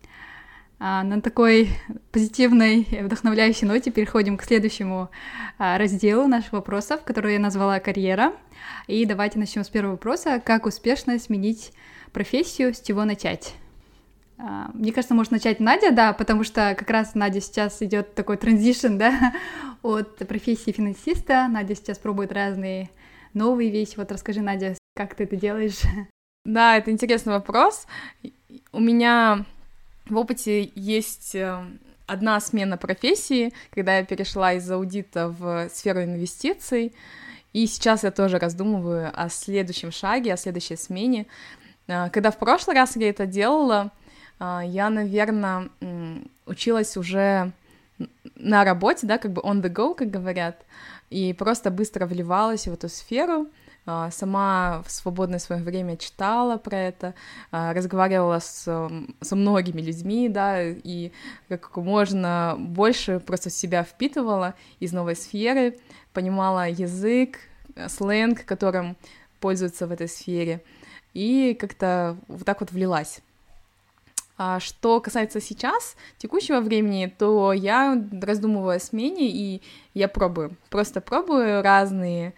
На такой позитивной, вдохновляющей ноте переходим к следующему разделу наших вопросов, который я назвала «Карьера». И давайте начнем с первого вопроса. Как успешно сменить профессию, с чего начать? Мне кажется, может начать Надя, да, потому что как раз Надя сейчас идет такой транзишн, да, от профессии финансиста. Надя сейчас пробует разные новые вещи. Вот расскажи, Надя, как ты это делаешь? Да, это интересный вопрос. У меня в опыте есть одна смена профессии, когда я перешла из аудита в сферу инвестиций, и сейчас я тоже раздумываю о следующем шаге, о следующей смене. Когда в прошлый раз я это делала, я, наверное, училась уже на работе, да, как бы on the go, как говорят, и просто быстро вливалась в эту сферу, сама в свободное свое время читала про это, разговаривала со многими людьми, да, и как можно больше просто в себя впитывала из новой сферы, понимала язык, сленг, которым пользуются в этой сфере, и как-то вот так вот влилась. А что касается сейчас, текущего времени, то я раздумываю о смене, и я просто пробую разные,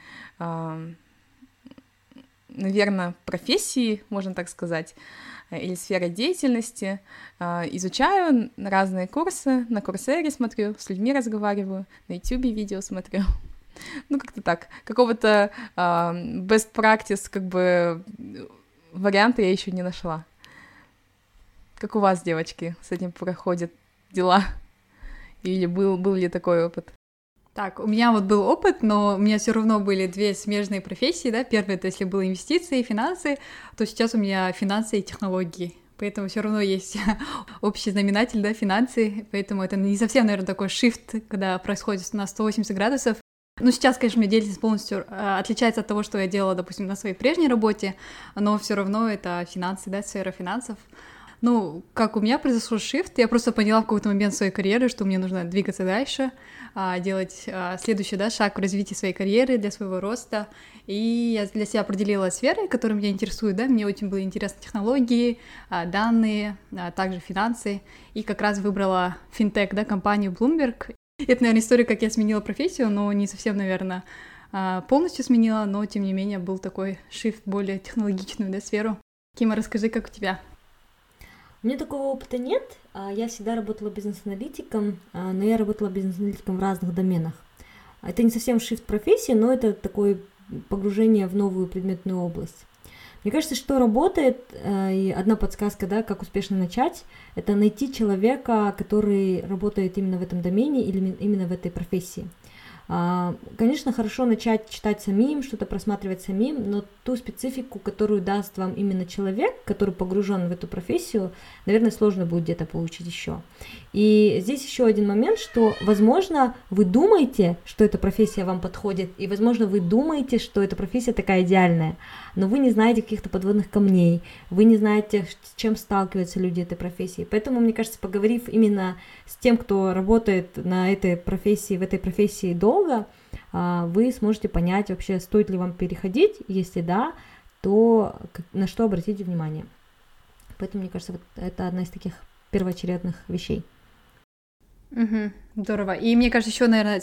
наверное, профессии, можно так сказать, или сферы деятельности, изучаю разные курсы, на Курсере смотрю, с людьми разговариваю, на Ютубе видео смотрю. Ну, как-то так. Какого-то best practice, как бы, варианта я еще не нашла. Как у вас, девочки, с этим проходят дела? Или был ли такой опыт? Так, у меня вот был опыт, но у меня все равно были две смежные профессии, да. Первое, это если было инвестиции, финансы, то сейчас у меня финансы и технологии. Поэтому все равно есть общий знаменатель, да, финансы. Поэтому это не совсем, наверное, такой shift, когда происходит на 180 градусов. Ну, сейчас, конечно, у меня деятельность полностью отличается от того, что я делала, допустим, на своей прежней работе, но все равно это финансы, да, сфера финансов. Ну, как у меня произошел shift, я просто поняла в какой-то момент своей карьеры, что мне нужно двигаться дальше, делать следующий, да, шаг в развитии своей карьеры, для своего роста. И я для себя определила сферы, которые меня интересуют, да, мне очень были интересны технологии, данные, также финансы, и как раз выбрала финтех, да, компанию Bloomberg. Это, наверное, история, как я сменила профессию, но не совсем, наверное, полностью сменила, но, тем не менее, был такой shift в более технологичную, да, сферу. Кима, расскажи, как у тебя? У меня такого опыта нет. Я всегда работала бизнес-аналитиком, но я работала бизнес-аналитиком в разных доменах. Это не совсем shift профессии, но это такое погружение в новую предметную область. Мне кажется, что работает, и одна подсказка, да, как успешно начать, это найти человека, который работает именно в этом домене или именно в этой профессии. Конечно, хорошо начать читать самим, что-то просматривать самим, но ту специфику, которую даст вам именно человек, который погружен в эту профессию, наверное, сложно будет где-то получить еще. И здесь еще один момент, что, возможно, вы думаете, что эта профессия вам подходит, и, возможно, вы думаете, что эта профессия такая идеальная, но вы не знаете каких-то подводных камней, вы не знаете, с чем сталкиваются люди этой профессии. Поэтому, мне кажется, поговорив именно с тем, кто работает на этой профессии, в этой профессии долго, вы сможете понять вообще, стоит ли вам переходить, если да, то на что обратите внимание. Поэтому, мне кажется, вот это одна из таких первоочередных вещей. Угу, здорово. И мне кажется, еще, наверное,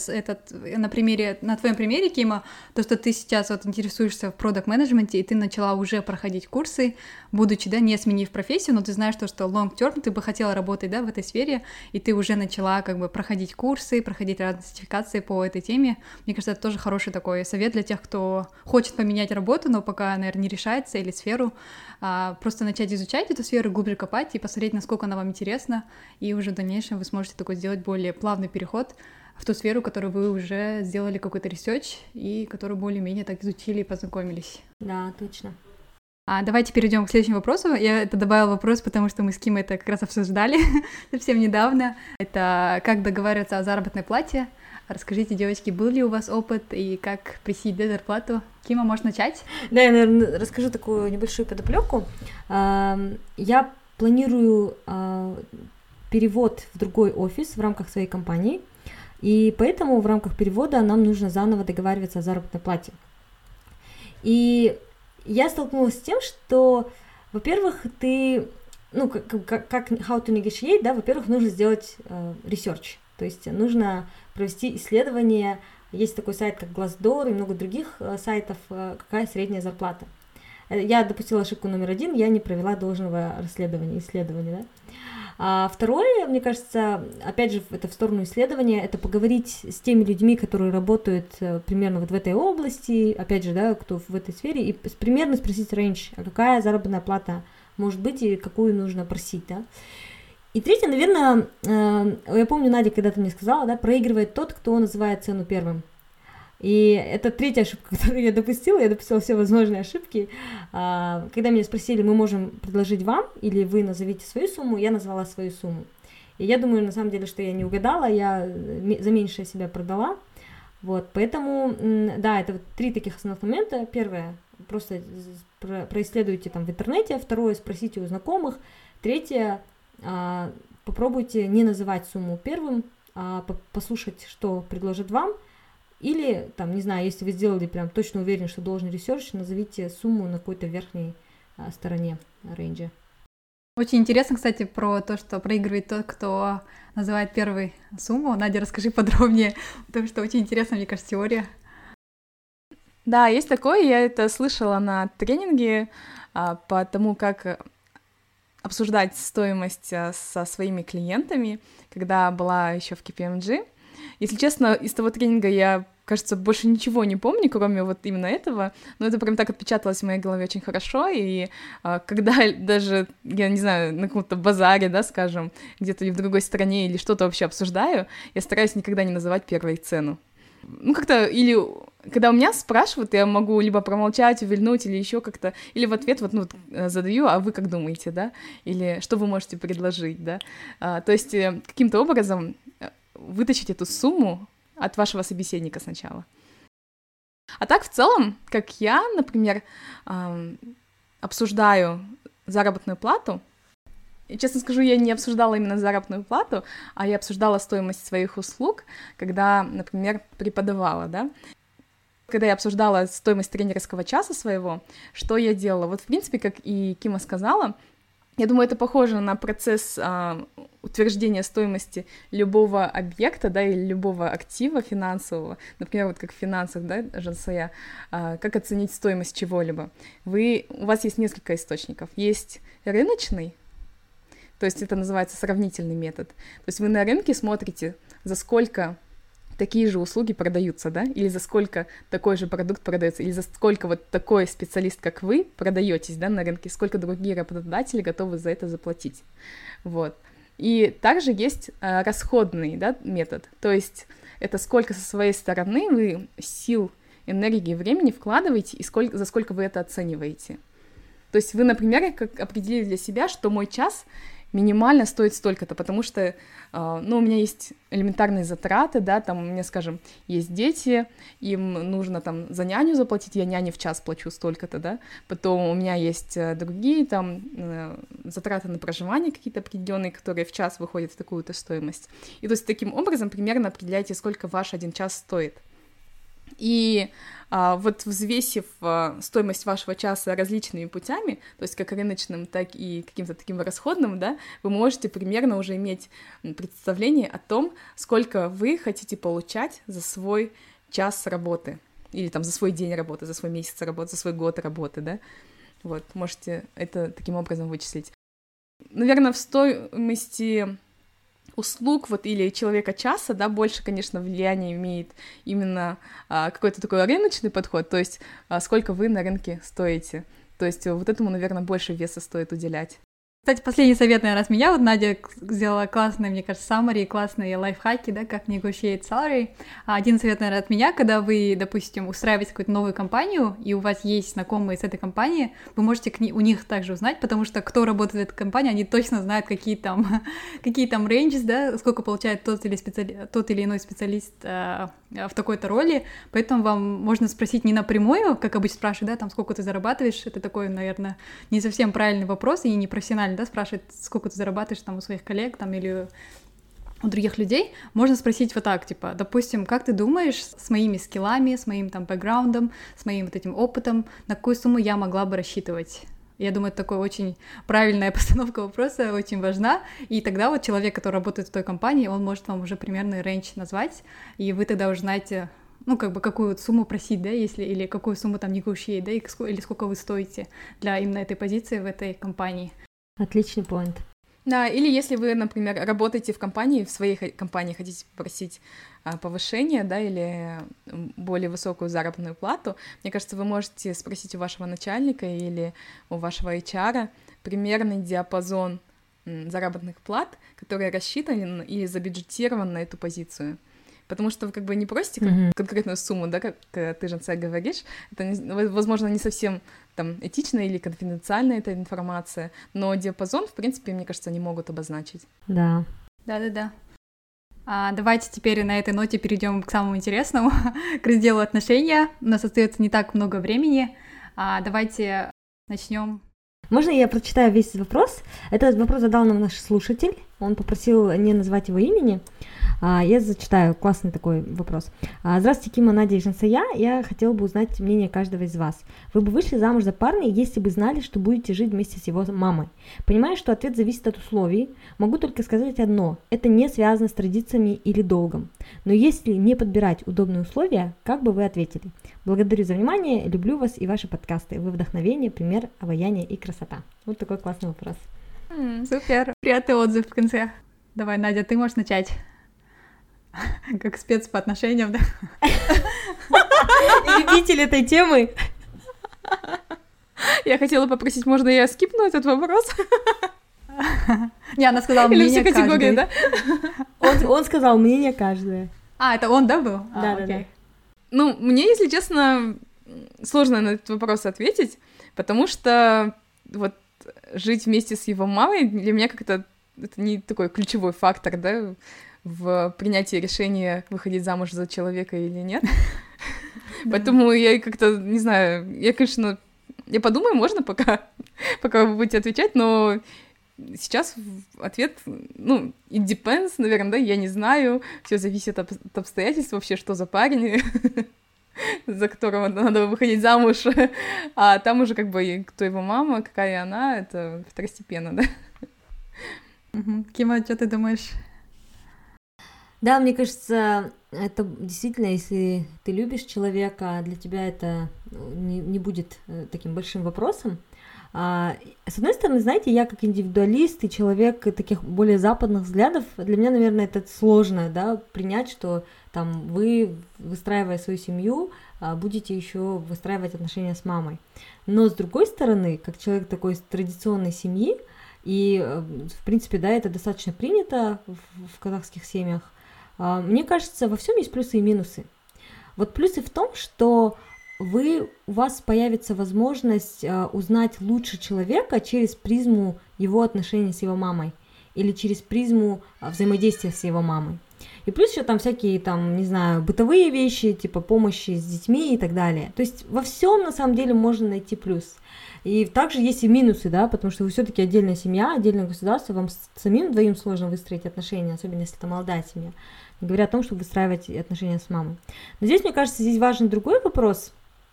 на твоем примере, Кима, то, что ты сейчас вот интересуешься в продакт-менеджменте, и ты начала уже проходить курсы, будучи, да, не сменив профессию, но ты знаешь то, что long-term ты бы хотела работать, да, в этой сфере, и ты уже начала как бы проходить курсы, проходить разные сертификации по этой теме. Мне кажется, это тоже хороший такой совет для тех, кто хочет поменять работу, но пока, наверное, не решается, или сферу, просто начать изучать эту сферу, глубже копать и посмотреть, насколько она вам интересна, и уже в дальнейшем вы сможете такой сделать более плавный переход в ту сферу, которую вы уже сделали какой-то ресерч и которую более-менее так изучили и познакомились. Да, точно. Давайте перейдем к следующему вопросу. Я это добавила вопрос, потому что мы с Кимой это как раз обсуждали совсем недавно. Это как договариваться о заработной плате. Расскажите, девочки, был ли у вас опыт и как пресечь зарплату? Кима, можешь начать? Да, я, наверное, расскажу такую небольшую подоплеку. Я планирую перевод в другой офис в рамках своей компании, и поэтому в рамках перевода нам нужно заново договариваться о заработной плате. И я столкнулась с тем, что, во-первых, how to negotiate, да, во-первых, нужно сделать research, то есть нужно провести исследование, есть такой сайт, как Glassdoor и много других сайтов, какая средняя зарплата. Я допустила ошибку номер 1, я не провела должного исследования, да. А второе, мне кажется, опять же, это в сторону исследования, это поговорить с теми людьми, которые работают примерно вот в этой области, опять же, да, кто в этой сфере, и примерно спросить рейндж, а какая заработная плата может быть и какую нужно просить, да. И третье, наверное, я помню, Надя когда-то мне сказала, да, проигрывает тот, кто называет цену первым. И это третья ошибка, которую я допустила все возможные ошибки. Когда меня спросили, мы можем предложить вам, или вы назовите свою сумму, я назвала свою сумму. И я думаю, на самом деле, что я не угадала, я за меньшее себя продала. Вот, поэтому, да, это вот 3 таких основных момента. Первое, просто происследуйте там в интернете. Второе, спросите у знакомых. Третье, попробуйте не называть сумму первым, а послушать, что предложат вам. Или, там, не знаю, если вы сделали прям точно уверены, что должен ресерч, назовите сумму на какой-то верхней стороне рейнджа. Очень интересно, кстати, про то, что проигрывает тот, кто называет первую сумму. Надя, расскажи подробнее, потому что очень интересная, мне кажется, теория. Да, есть такое, я это слышала на тренинге по тому, как обсуждать стоимость со своими клиентами, когда была еще в KPMG. Если честно, из того тренинга я, кажется, больше ничего не помню, кроме вот именно этого, но это прям так отпечаталось в моей голове очень хорошо, и когда даже, я не знаю, на каком-то базаре, да, скажем, где-то в другой стране или что-то вообще обсуждаю, я стараюсь никогда не называть первую цену. Ну, как-то, или когда у меня спрашивают, я могу либо промолчать, увильнуть, или еще как-то, или в ответ вот, ну, задаю, а вы как думаете, да, или что вы можете предложить, да, то есть каким-то образом вытащить эту сумму от вашего собеседника сначала. А так, в целом, как я, например, обсуждаю заработную плату, и, честно скажу, я не обсуждала именно заработную плату, а я обсуждала стоимость своих услуг, когда, например, преподавала, да. Когда я обсуждала стоимость тренерского часа своего, что я делала? Вот, в принципе, как и Кима сказала, я думаю, это похоже на процесс утверждения стоимости любого объекта, да, или любого актива финансового. Например, вот как в финансах, да, Жансая, как оценить стоимость чего-либо. У вас есть несколько источников. Есть рыночный, то есть это называется сравнительный метод. То есть вы на рынке смотрите, за сколько такие же услуги продаются, да, или за сколько такой же продукт продается, или за сколько вот такой специалист, как вы, продаетесь, да, на рынке, сколько другие работодатели готовы за это заплатить, вот. И также есть расходный, да, метод, то есть это сколько со своей стороны вы сил, энергии, времени вкладываете и за сколько вы это оцениваете. То есть вы, например, как определили для себя, что мой час минимально стоит столько-то, потому что, ну, у меня есть элементарные затраты, да, там у меня, скажем, есть дети, им нужно там за няню заплатить, я няне в час плачу столько-то, да, потом у меня есть другие там затраты на проживание какие-то определенные, которые в час выходят в такую-то стоимость. И то есть таким образом примерно определяете, сколько ваш 1 час стоит. И вот взвесив стоимость вашего часа различными путями, то есть как рыночным, так и каким-то таким расходным, да, вы можете примерно уже иметь представление о том, сколько вы хотите получать за свой час работы, или там за свой день работы, за свой месяц работы, за свой год работы, да, вот, можете это таким образом вычислить. Наверное, в стоимости услуг вот или человека часа, да, больше, конечно, влияние имеет именно какой-то такой рыночный подход, то есть сколько вы на рынке стоите. То есть вот этому, наверное, больше веса стоит уделять. Кстати, последний совет, наверное, от меня. Вот Надя сделала классные, мне кажется, summary, классные лайфхаки, да, как negotiate salary. Один совет, наверное, от меня, когда вы, допустим, устраиваете какую-то новую компанию, и у вас есть знакомые с этой компанией, вы можете у них также узнать, потому что кто работает в этой компании, они точно знают, какие там ranges, да, сколько получает тот или иной специалист в такой-то роли, поэтому вам можно спросить не напрямую, как обычно спрашивают, да, там, сколько ты зарабатываешь, это такой, наверное, не совсем правильный вопрос и не профессиональный, да, спрашивать, сколько ты зарабатываешь там у своих коллег там или у других людей, можно спросить вот так, типа, допустим, как ты думаешь, с моими скиллами, с моим там бэкграундом, с моим вот этим опытом, на какую сумму я могла бы рассчитывать? Я думаю, это такая очень правильная постановка вопроса, очень важна, и тогда вот человек, который работает в той компании, он может вам уже примерный рейндж назвать, и вы тогда уже знаете, ну, как бы, какую сумму просить, да, если, или какую сумму там negotiate, да, или сколько вы стоите для именно этой позиции в этой компании. Отличный поинт. Да, или если вы, например, работаете в компании, в своей компании хотите попросить повышение, да, или более высокую заработную плату, мне кажется, вы можете спросить у вашего начальника или у вашего HR примерный диапазон заработных плат, которые рассчитаны или забюджетированы на эту позицию. Потому что вы как бы не просите конкретную сумму, да, как ты, Жансая, говоришь, это, возможно, не совсем там этично или конфиденциальная эта информация, но диапазон, в принципе, мне кажется, они могут обозначить. Да. Да-да-да. Давайте теперь на этой ноте перейдем к самому интересному, к разделу отношения. У нас остается не так много времени. Давайте начнем. Можно я прочитаю весь вопрос? Этот вопрос задал нам наш слушатель. Он попросил не называть его имени. Я зачитаю, классный такой вопрос. Здравствуйте, Кима, Надя и Жансая. Я хотела бы узнать мнение каждого из вас. Вы бы вышли замуж за парня, если бы знали, что будете жить вместе с его мамой? Понимаю, что ответ зависит от условий. Могу только сказать одно. Это не связано с традициями или долгом. Но если не подбирать удобные условия, как бы вы ответили? Благодарю за внимание, люблю вас и ваши подкасты. Вы вдохновение, пример, обаяние и красота. Вот такой классный вопрос. Супер. Приятный отзыв в конце. Давай, Надя, ты можешь начать. Как спец по отношениям, да? Любитель этой темы. Я хотела попросить, можно я скипну этот вопрос? Не, она сказала мнение каждой. Или все категории, да? Он сказал мнение каждое. Это он, да, был? Да. Ну, мне, если честно, сложно на этот вопрос ответить, потому что вот жить вместе с его мамой для меня как-то это не такой ключевой фактор, да, в принятии решения, выходить замуж за человека или нет. Поэтому я как-то, не знаю, я, конечно, я подумаю, можно пока вы будете отвечать, но сейчас ответ, it depends, наверное, да, я не знаю, все зависит от обстоятельств вообще, что за парень, за которого надо выходить замуж, а там уже как бы кто его мама, какая она, это второстепенно, да. Кима, что ты думаешь? Да, мне кажется, это действительно, если ты любишь человека, для тебя это не будет таким большим вопросом. С одной стороны, знаете, я как индивидуалист и человек таких более западных взглядов, для меня, наверное, это сложно, да, принять, что там вы, выстраивая свою семью, будете еще выстраивать отношения с мамой. Но с другой стороны, как человек такой традиционной семьи, и, в принципе, да, это достаточно принято в казахских семьях, мне кажется, во всем есть плюсы и минусы. Вот плюсы в том, что у вас появится возможность узнать лучше человека через призму его отношений с его мамой или через призму взаимодействия с его мамой. И плюс еще там всякие, там, не знаю, бытовые вещи, типа помощи с детьми и так далее. То есть во всем на самом деле можно найти плюс. И также есть и минусы, да, потому что вы все-таки отдельная семья, отдельное государство, вам самим двоим сложно выстроить отношения, особенно если это молодая семья. Не говоря о том, чтобы выстраивать отношения с мамой. Но здесь, мне кажется, здесь важен другой вопрос.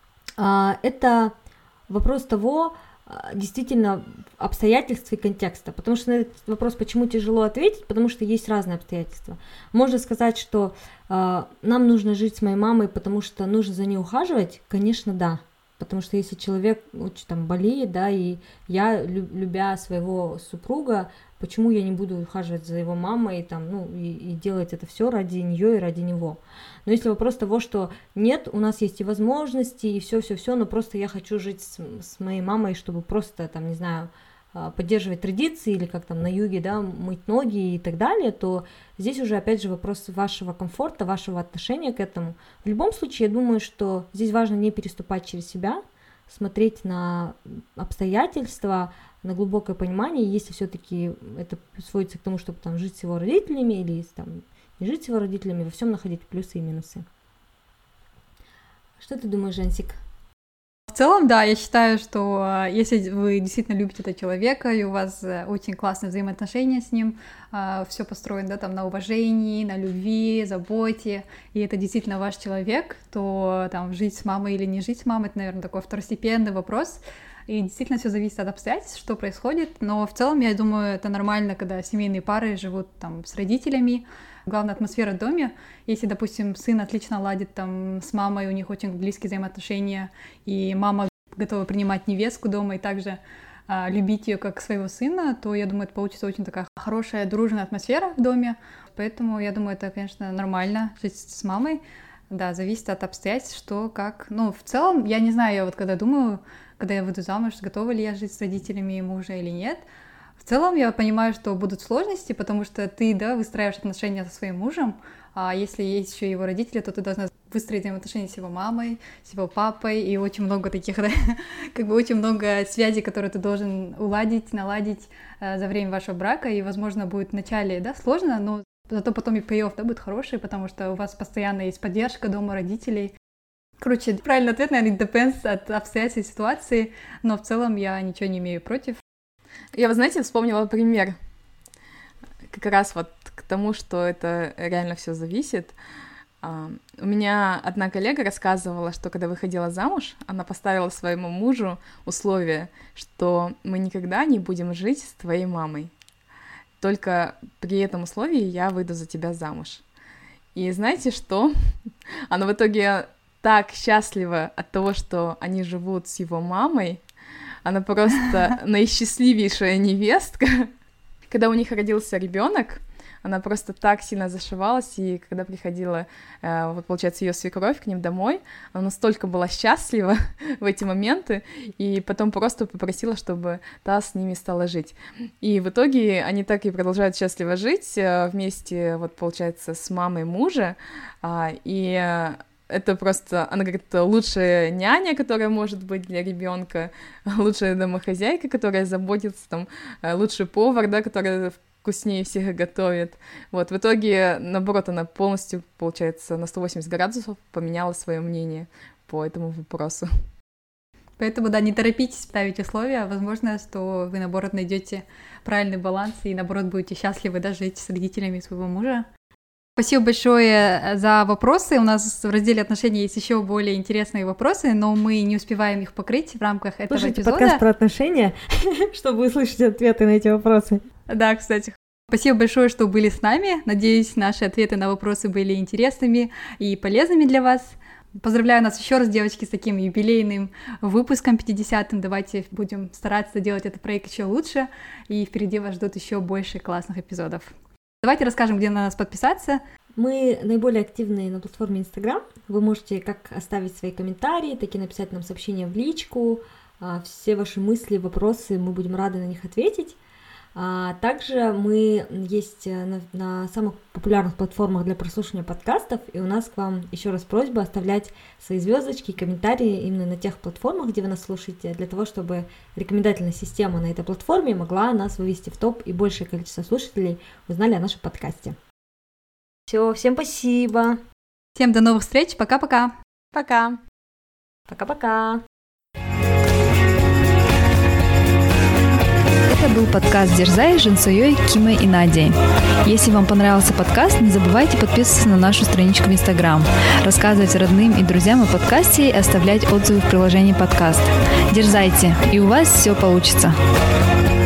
Это вопрос того, действительно, обстоятельств и контекста. Потому что на этот вопрос, почему тяжело ответить, потому что есть разные обстоятельства. Можно сказать, что нам нужно жить с моей мамой, потому что нужно за ней ухаживать. Конечно, да. Потому что если человек очень там болеет, да, и я, любя своего супруга, почему я не буду ухаживать за его мамой и делать это все ради нее и ради него. Но если вопрос того, что нет, у нас есть и возможности, и все, но просто я хочу жить с моей мамой, чтобы просто, там, не знаю, поддерживать традиции или как там на юге, да, мыть ноги и так далее, то здесь уже опять же вопрос вашего комфорта, вашего отношения к этому. В любом случае, я думаю, что здесь важно не переступать через себя, смотреть на обстоятельства, на глубокое понимание, если все-таки это сводится к тому, чтобы там жить с его родителями или там не жить с его родителями, во всем находить плюсы и минусы. Что ты думаешь, Жансик? В целом, да, я считаю, что если вы действительно любите этого человека, и у вас очень классные взаимоотношения с ним, все построено, да, там, на уважении, на любви, заботе, и это действительно ваш человек, то там жить с мамой или не жить с мамой, это, наверное, такой второстепенный вопрос. И действительно все зависит от обстоятельств, что происходит, но в целом, я думаю, это нормально, когда семейные пары живут там с родителями. Главная атмосфера в доме. Если, допустим, сын отлично ладит там с мамой, у них очень близкие взаимоотношения, и мама готова принимать невестку дома и также любить ее как своего сына, то, я думаю, это получится очень такая хорошая, дружная атмосфера в доме. Поэтому, я думаю, это, конечно, нормально жить с мамой. Да, зависит от обстоятельств, что, как. Ну, в целом, я не знаю, я вот когда думаю, когда я выйду замуж, готова ли я жить с родителями мужа или нет. В целом я понимаю, что будут сложности, потому что ты, да, выстраиваешь отношения со своим мужем, а если есть еще его родители, то ты должна выстроить отношения с его мамой, с его папой, и очень много таких, да, как бы очень много связей, которые ты должен уладить, наладить за время вашего брака, и, возможно, будет вначале, да, сложно, но зато потом и пей-офф, да, будет хороший, потому что у вас постоянно есть поддержка дома, родителей. Короче, правильный ответ, наверное, depends от обстоятельств ситуации, но в целом я ничего не имею против. Я, вы знаете, вспомнила пример, как раз вот к тому, что это реально все зависит. У меня одна коллега рассказывала, что когда выходила замуж, она поставила своему мужу условие, что мы никогда не будем жить с твоей мамой. Только при этом условии я выйду за тебя замуж. И знаете что? Она в итоге так счастлива от того, что они живут с его мамой. Она просто наисчастливейшая невестка. Когда у них родился ребенок, она просто так сильно зашивалась, и когда приходила, вот, получается, ее свекровь к ним домой, она настолько была счастлива в эти моменты, и потом просто попросила, чтобы та с ними стала жить. И в итоге они так и продолжают счастливо жить вместе, вот, получается, с мамой мужа, и это просто, она говорит, лучшая няня, которая может быть для ребенка, лучшая домохозяйка, которая заботится, там, лучший повар, да, который вкуснее всех готовит. Вот, в итоге, наоборот, она полностью, получается, на 180 градусов поменяла свое мнение по этому вопросу. Поэтому, да, не торопитесь ставить условия. Возможно, что вы, наоборот, найдете правильный баланс и, наоборот, будете счастливы даже жить с родителями своего мужа. Спасибо большое за вопросы. У нас в разделе отношений есть еще более интересные вопросы, но мы не успеваем их покрыть в рамках этого Слушайте эпизода. Подкаст про отношения, чтобы услышать ответы на эти вопросы. Да, кстати. Спасибо большое, что были с нами. Надеюсь, наши ответы на вопросы были интересными и полезными для вас. Поздравляю нас еще раз, девочки, с таким юбилейным выпуском 50-м. Давайте будем стараться делать этот проект еще лучше, и впереди вас ждут еще больше классных эпизодов. Давайте расскажем, где на нас подписаться. Мы наиболее активны на платформе Instagram. Вы можете как оставить свои комментарии, так и написать нам сообщения в личку. Все ваши мысли, вопросы, мы будем рады на них ответить. Также мы есть на самых популярных платформах для прослушивания подкастов, и у нас к вам еще раз просьба оставлять свои звездочки и комментарии именно на тех платформах, где вы нас слушаете, для того, чтобы рекомендательная система на этой платформе могла нас вывести в топ, и большее количество слушателей узнали о нашем подкасте. Все, всем спасибо. Всем до новых встреч, пока-пока. Пока. Пока-пока. Это был подкаст «Дерзай» с Жансуей, Кимой и Надей. Если вам понравился подкаст, не забывайте подписываться на нашу страничку в Instagram, рассказывать родным и друзьям о подкасте и оставлять отзывы в приложении подкаст. Дерзайте, и у вас все получится.